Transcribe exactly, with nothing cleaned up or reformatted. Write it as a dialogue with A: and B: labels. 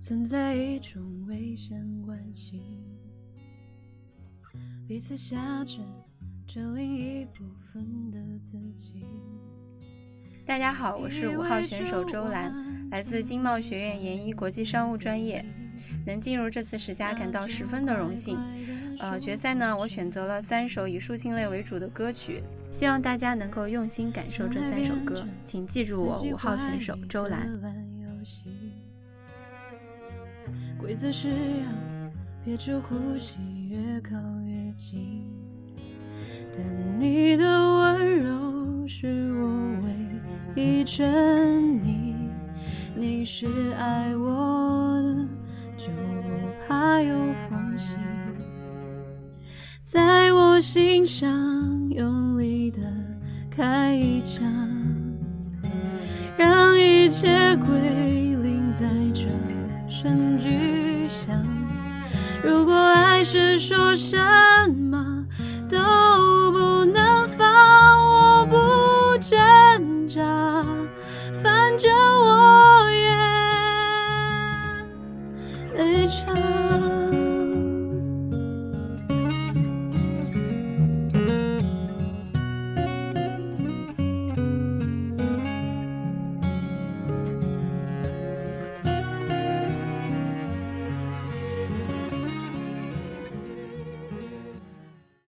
A: 存在一种危险关系，彼此挟持着另一部分的自己。
B: 大家好，我是五号选手周兰，来自经贸学院研一国际商务专业，能进入这次十佳感到十分的荣幸。呃，决赛呢，我选择了三首以抒情类为主的歌曲，希望大家能够用心感受这三首歌，请记住我五号选手周兰。
A: 规则是要憋住呼吸，越靠越近，但你的温柔是我唯一真理，你是爱我的，就不怕有缝隙，在我心上用力的开一枪，让一切归